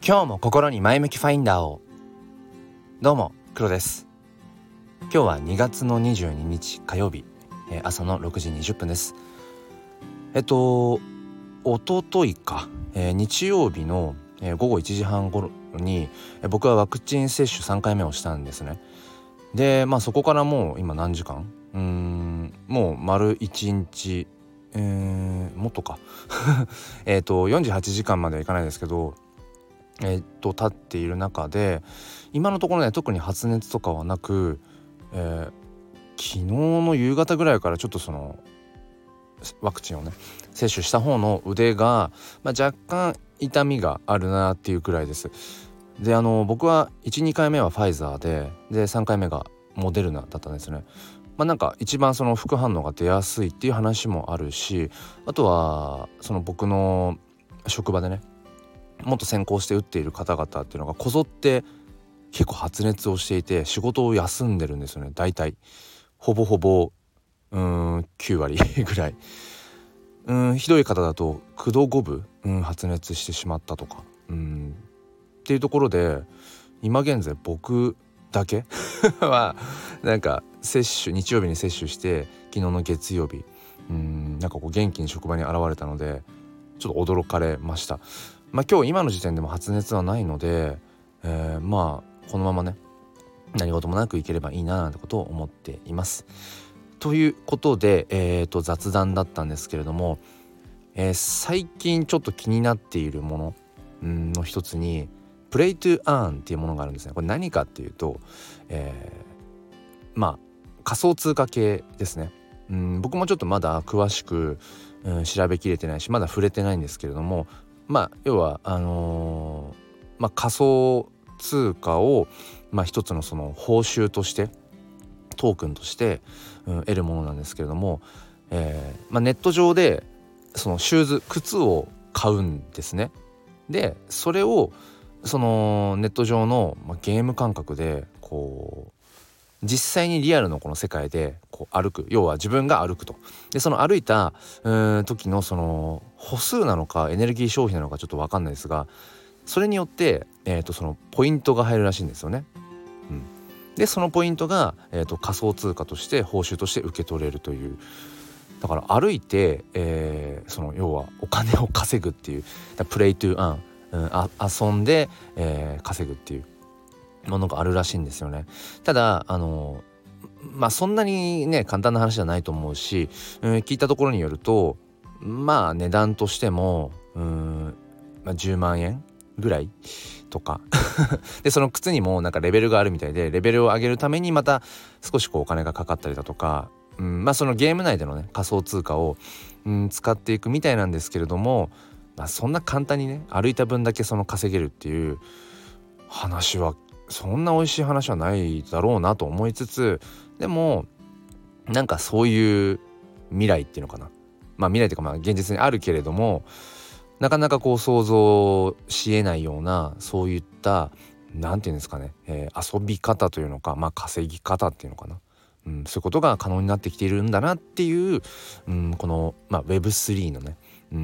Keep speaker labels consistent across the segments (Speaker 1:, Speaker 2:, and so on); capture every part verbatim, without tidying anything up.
Speaker 1: 今日も心に前向きファインダーを。どうも黒です。今日はにがつのにじゅうににち火曜日、えー、朝のろくじにじゅっぷんです。えっとおとといか、えー、日曜日の、えー、ごごいちじはん頃に、えー、僕はワクチン接種さんかいめをしたんですね。でまあそこからもう今何時間うーんもう丸いちにち、えー、もっとかえっとよんじゅうはちじかんまではいかないですけどえー、っと経っている中で今のところね特に発熱とかはなく、えー、昨日の夕方ぐらいからちょっとそのワクチンをね接種した方の腕が、まあ、若干痛みがあるなっていうくらいです。であの僕はいち、にかいめはファイザーででさんかいめがモデルナだったんですね。まあなんか一番その副反応が出やすいっていう話もあるし、あとはその僕の職場でねもっと先行して打っている方々っていうのがこぞって結構発熱をしていて仕事を休んでるんですよね。大体ほぼほぼうーんきゅうわりぐらい、うーんひどい方だときゅうどごぶ、うん、発熱してしまったとかうんっていうところで今現在僕だけはなんか接種日曜日に接種して昨日の月曜日うんなんかこう元気に職場に現れたのでちょっと驚かれました。まあ今日今の時点でも発熱はないので、えー、まあこのままね何事もなくいければいいななんてことを思っています。ということで、えー、と雑談だったんですけれども、えー、最近ちょっと気になっているものの一つにプレイトゥアーンっていうものがあるんですね。これ何かっていうと、えー、まあ仮想通貨系ですね。うん僕もちょっとまだ詳しく、うん、調べきれてないしまだ触れてないんですけれども、まあ要はあのーまあ、仮想通貨を、まあ、一つのその報酬としてトークンとして、うん、得るものなんですけれども、えーまあ、ネット上でそのシューズ靴を買うんですね。でそれをそのネット上の、まあ、ゲーム感覚でこう実際にリアルのこの世界でこう歩く、要は自分が歩くと。でその歩いたうーん時のその歩数なのかエネルギー消費なのかちょっと分かんないですが、それによって、えー、とそのポイントが入るらしいんですよね。うん、でそのポイントが、えー、と仮想通貨として報酬として受け取れるという。だから歩いて、えー、その要はお金を稼ぐっていうプレイトゥアン、うん、あ遊んで、えー、稼ぐっていうものがあるらしいんですよね。ただあのまあそんなにね簡単な話じゃないと思うし、うん、聞いたところによるとまあ値段としてもうーん、まあ、じゅうまんえんぐらいとかでその靴にもなんかレベルがあるみたいでレベルを上げるためにまた少しこうお金がかかったりだとか、うん、まあそのゲーム内でのね仮想通貨を、うん、使っていくみたいなんですけれども、まあ、そんな簡単にね歩いた分だけその稼げるっていう話はそんな美味しい話はないだろうなと思いつつ、でもなんかそういう未来っていうのかな、まあ未来というかまあ現実にあるけれどもなかなかこう想像しえないようなそういったなんていうんですかね、えー、遊び方というのかまあ稼ぎ方っていうのかな、うん、そういうことが可能になってきているんだなっていう、うん、この、まあ、ウェブスリー のね、うん、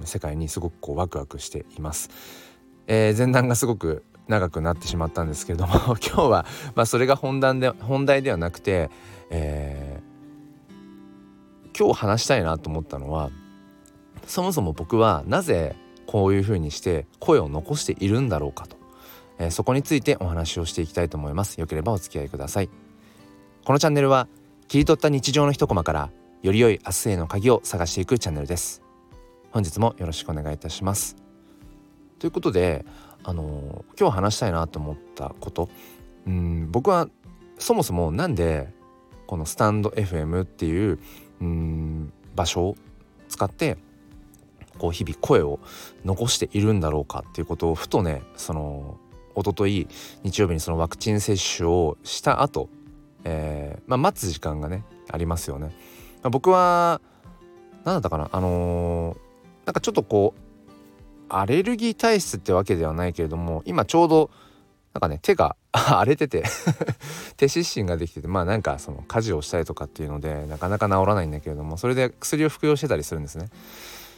Speaker 1: 世界にすごくこうワクワクしています。えー、前段がすごく長くなってしまったんですけれども今日は、まあ、それが本題で本題ではなくて、えー、今日話したいなと思ったのはそもそも僕はなぜこういう風にして声を残しているんだろうかと、えー、そこについてお話をしていきたいと思います。よければお付き合いください。このチャンネルは切り取った日常の一コマからより良い明日への鍵を探していくチャンネルです。本日もよろしくお願いいたします。ということであのー、今日話したいなと思ったこと、うーん僕はそもそもなんでこのスタンド エフエム っていう、うーん場所を使ってこう日々声を残しているんだろうかっていうことをふとねその一昨日日曜日にそのワクチン接種をした後、えーまあ、待つ時間がねありますよね。まあ、僕は何だったかなあのー、なんかちょっとこうアレルギー体質ってわけではないけれども今ちょうどなんかね手が荒れてて手湿疹ができててまあなんかその家事をしたりとかっていうのでなかなか治らないんだけれどもそれで薬を服用してたりするんですね。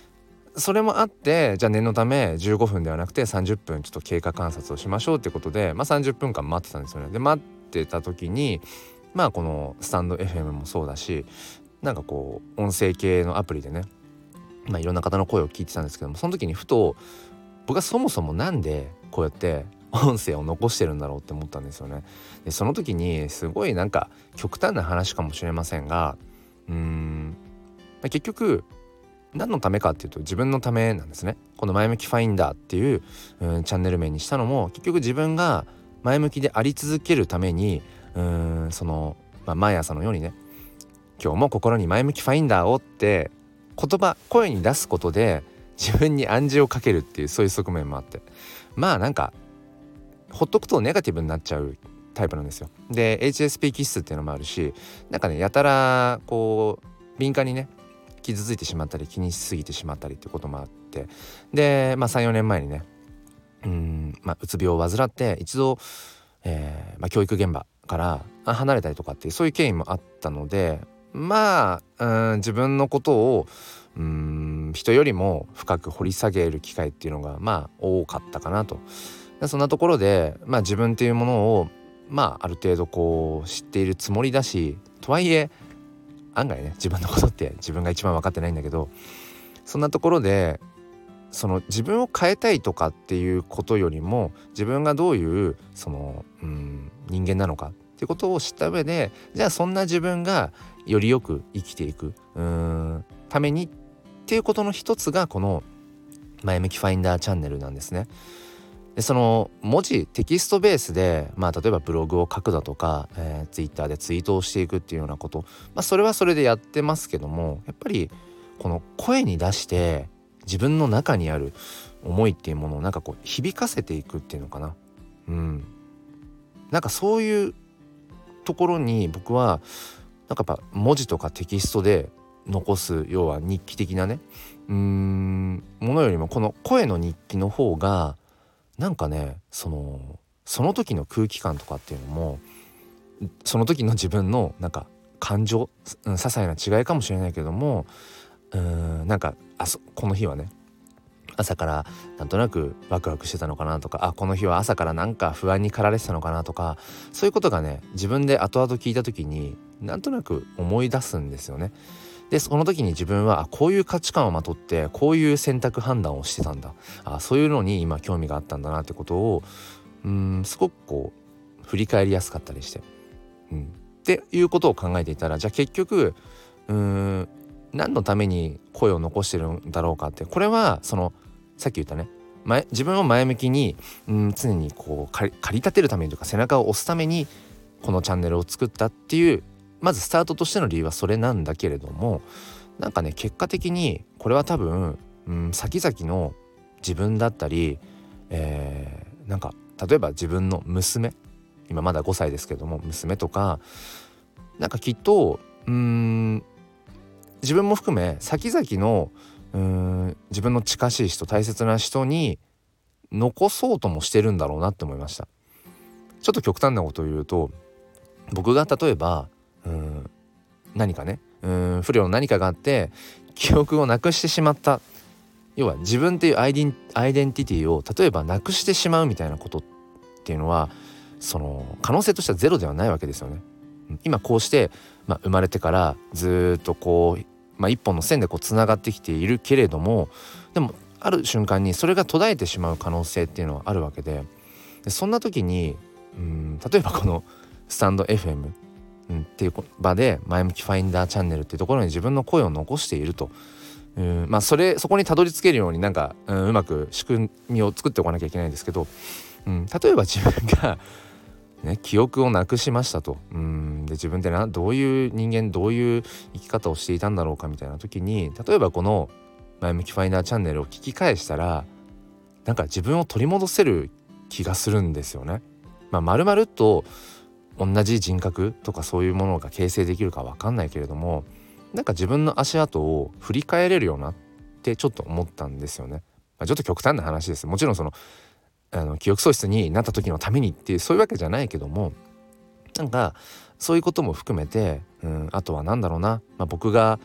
Speaker 1: それもあって、じゃあ念のためじゅうごふんではなくてさんじゅっぷんちょっと経過観察をしましょうってことで、まあ、さんじゅっぷんかん待ってたんですよね。で待ってた時にまあこのスタンド エフエム もそうだし、なんかこう音声系のアプリでね、まあいろんな方の声を聞いてたんですけども、その時にふと僕はそもそもなんでこうやって音声を残してるんだろうって思ったんですよね。でその時にすごいなんか極端な話かもしれませんが、うーん、まあ、結局何のためかっていうと自分のためなんですね。この前向きファインダーっていう、うん、チャンネル名にしたのも結局自分が前向きであり続けるために、うーんその、まあ、毎朝のようにね、今日も心に前向きファインダーをって言葉声に出すことで自分に暗示をかけるっていう、そういう側面もあって、まあなんかほっとくとネガティブになっちゃうタイプなんですよ。で エイチエスピー 気質っていうのもあるし、なんかねやたらこう敏感にね傷ついてしまったり気にしすぎてしまったりっていうこともあって、でまあさんよねんまえにね、うーんまあうつ病を患って一度、えーまあ、教育現場から離れたりとかっていうそういう経緯もあったので、まあうん自分のことをうーん人よりも深く掘り下げる機会っていうのがまあ多かったかなと。でそんなところで、まあ、自分っていうものをまあある程度こう知っているつもりだし、とはいえ案外ね自分のことって自分が一番分かってないんだけど、そんなところでその自分を変えたいとかっていうことよりも自分がどういうそのうん人間なのかっていうことを知った上で、じゃあそんな自分がよりよく生きていくうーんためにっていうことの一つがこの前向きファインダーチャンネルなんですね。でその文字テキストベースで、まあ、例えばブログを書くだとか、えー、ツイッターでツイートをしていくっていうようなこと、まあ、それはそれでやってますけども、やっぱりこの声に出して自分の中にある思いっていうものをなんかこう響かせていくっていうのかな、うん、なんかそういうところに僕はなんかやっぱ文字とかテキストで残す、要は日記的なねうーんものよりもこの声の日記の方がなんかねそのその時の空気感とかっていうのもその時の自分のなんか感情、うん、些細な違いかもしれないけども、うーんなんかあそこの日はね朝からなんとなくワクワクしてたのかなとか、あこの日は朝からなんか不安に駆られてたのかなとか、そういうことがね自分で後々聞いた時になんとなく思い出すんですよね。でその時に自分はあこういう価値観をまとってこういう選択判断をしてたんだ、あそういうのに今興味があったんだなってことをうーんすごくこう振り返りやすかったりして、うん、っていうことを考えていたら、じゃあ結局うーん何のために声を残してるんだろうかって、これはそのさっき言ったね前自分を前向きにうん常にこう駆り立てるためにとか背中を押すためにこのチャンネルを作ったっていうまずスタートとしての理由はそれなんだけれども、なんかね結果的にこれは多分、うん、先々の自分だったり、えー、なんか例えば自分の娘、今まだごさいですけども娘とかなんかきっとうーん自分も含め先々のうーん自分の近しい人大切な人に残そうともしてるんだろうなって思いました。ちょっと極端なことを言うと、僕が例えばうーん何かねうーん不慮の何かがあって記憶をなくしてしまった、要は自分っていうアイデン、アイデンティティを例えばなくしてしまうみたいなことっていうのはその可能性としてはゼロではないわけですよね。今こうして、まあ、生まれてからずっとこう、まあ、一本の線でこうつながってきているけれども、でもある瞬間にそれが途絶えてしまう可能性っていうのはあるわけで、でそんな時にうん例えばこのスタンド エフエム、うん、っていう場で前向きファインダーチャンネルっていうところに自分の声を残していると、うんまあそれそこにたどり着けるようになんか、うん、うまく仕組みを作っておかなきゃいけないんですけど、うん、例えば自分がね、記憶をなくしましたと、うんで自分ってなどういう人間どういう生き方をしていたんだろうかみたいな時に、例えばこの前向きファインダーチャンネルを聞き返したらなんか自分を取り戻せる気がするんですよね。まあ丸々と同じ人格とかそういうものが形成できるか分かんないけれども、なんか自分の足跡を振り返れるよなってちょっと思ったんですよね。まあ、ちょっと極端な話です。もちろんそのあの記憶喪失になった時のためにっていうそういうわけじゃないけども、なんかそういうことも含めて、うん、あとはなんだろうな、まあ、僕が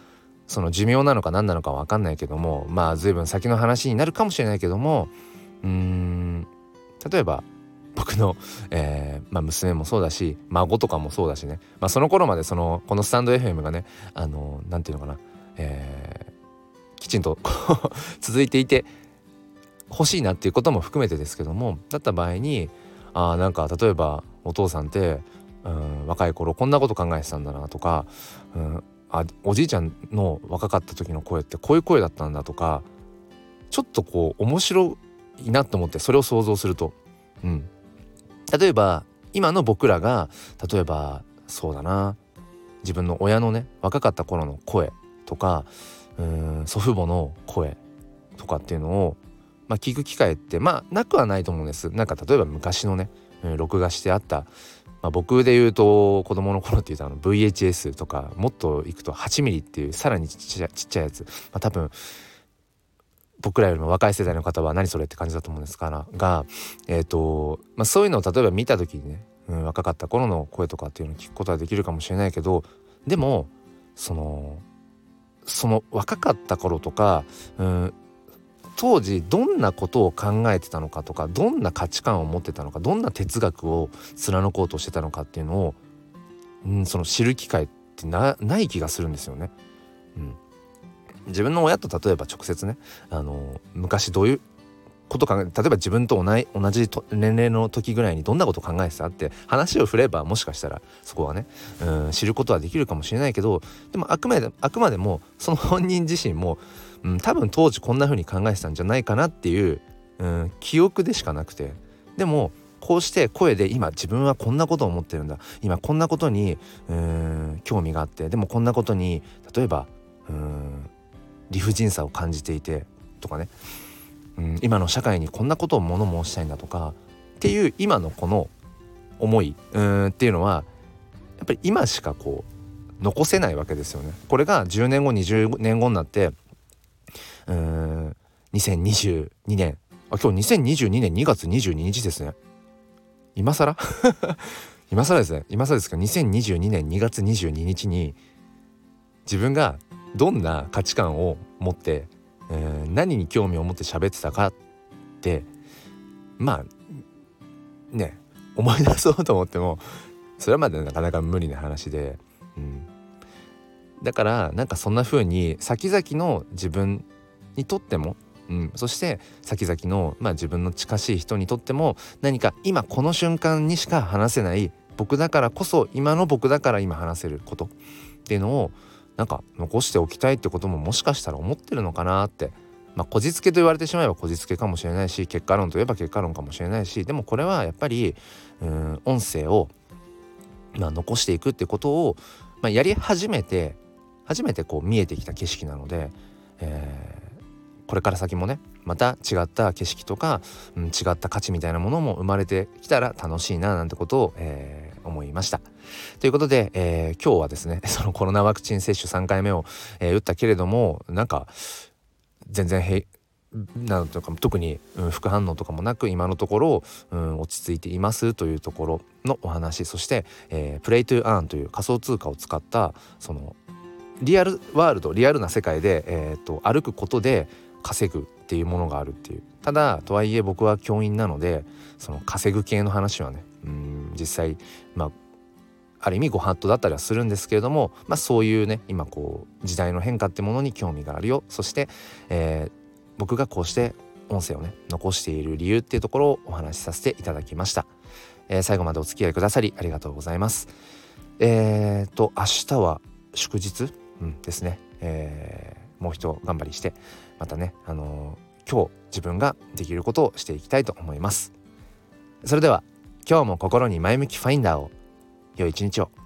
Speaker 1: その寿命なのか何なのか分かんないけども、まあ随分先の話になるかもしれないけども、うーん例えば僕の、えーまあ、娘もそうだし孫とかもそうだしね、まあ、その頃までそのこのスタンド エフエム がね、あのなんていうのかな、えー、きちんと続いていて欲しいなっていうことも含めてですけども、だった場合にあなんか例えばお父さんって、うん、若い頃こんなこと考えてたんだなとか、うん、あおじいちゃんの若かった時の声ってこういう声だったんだとか、ちょっとこう面白いなと思って、それを想像すると、うん、例えば今の僕らが例えばそうだな自分の親のね若かった頃の声とか、うーん祖父母の声とかっていうのを、まあ、聞く機会ってまあなくはないと思うんです。なんか例えば昔のね、うん、録画してあった、まあ、僕で言うと子供の頃っていうとあの ブイエイチエス とか、もっといくとはちミリっていうさらにちっちゃい、ちっちゃいやつ、まあ、多分僕らよりも若い世代の方は何それって感じだと思うんですからが、えーとまあ、そういうのを例えば見た時にね、うん、若かった頃の声とかっていうのを聞くことはできるかもしれないけど、でもそのその若かった頃とか、うん、当時どんなことを考えてたのかとか、どんな価値観を持ってたのか、どんな哲学を貫こうとしてたのかっていうのを、うん、その知る機会ってな、ない気がするんですよね。うん自分の親と例えば直接ね、あの昔どういうこと考え、例えば自分と同じ同じと年齢の時ぐらいにどんなこと考えてたって話を振れば、もしかしたらそこはね、うん、知ることはできるかもしれないけど、でもあくまであくまでもその本人自身も、うん、多分当時こんな風に考えてたんじゃないかなっていう、うん、記憶でしかなくて、でもこうして声で今自分はこんなことを思ってるんだ、今こんなことにうん興味があって、でもこんなことに例えばうん理不尽さを感じていてとかね、うん、今の社会にこんなことを物申したいんだとかっていう今のこの思いうんっていうのはやっぱり今しかこう残せないわけですよね。これがじゅうねんごにじゅうねんごになってうーんにせんにじゅうにねん、あ今日にせんにじゅうにねんにがつにじゅうににちですね。今更今更ですね今更ですか。にせんにじゅうにねんにがつにじゅうににちに自分がどんな価値観を持って、えー、何に興味を持って喋ってたかってまあね思い出そうと思ってもそれはまだなかなか無理な話で、うん、だからなんかそんな風に先々の自分にとっても、うん、そして先々の、まあ、自分の近しい人にとっても何か今この瞬間にしか話せない僕だからこそ、今の僕だから今話せることっていうのをなんか残しておきたいってことももしかしたら思ってるのかなって、まあこじつけと言われてしまえばこじつけかもしれないし、結果論といえば結果論かもしれないし、でもこれはやっぱりうん音声を、まあ、残していくってことを、まあ、やり始めて初めてこう見えてきた景色なので、えー、これから先もねまた違った景色とか、うん、違った価値みたいなものも生まれてきたら楽しいななんてことを、えー、思いました。ということで、えー、今日はですねそのコロナワクチン接種さんかいめを、えー、打ったけれどもなんか全然へなんとか特に、うん、副反応とかもなく今のところ、うん、落ち着いていますというところのお話、そして、えー、プレイトゥーアーンという仮想通貨を使ったそのリアルワールドリアルな世界で、えー、と歩くことで稼ぐっていうものがあるっていう。ただとはいえ僕は教員なのでその稼ぐ系の話はねうん実際まあある意味ご法度だったりはするんですけれども、まあそういうね今こう時代の変化ってものに興味があるよ、そして、えー、僕がこうして音声をね残している理由っていうところをお話しさせていただきました。えー、最後までお付き合いくださりありがとうございます。えーと明日は祝日、うん、ですね、えー、もう一頑張りしてまたね、あのー、今日自分ができることをしていきたいと思います。それでは今日も心に前向きファインダーを。良い一日を。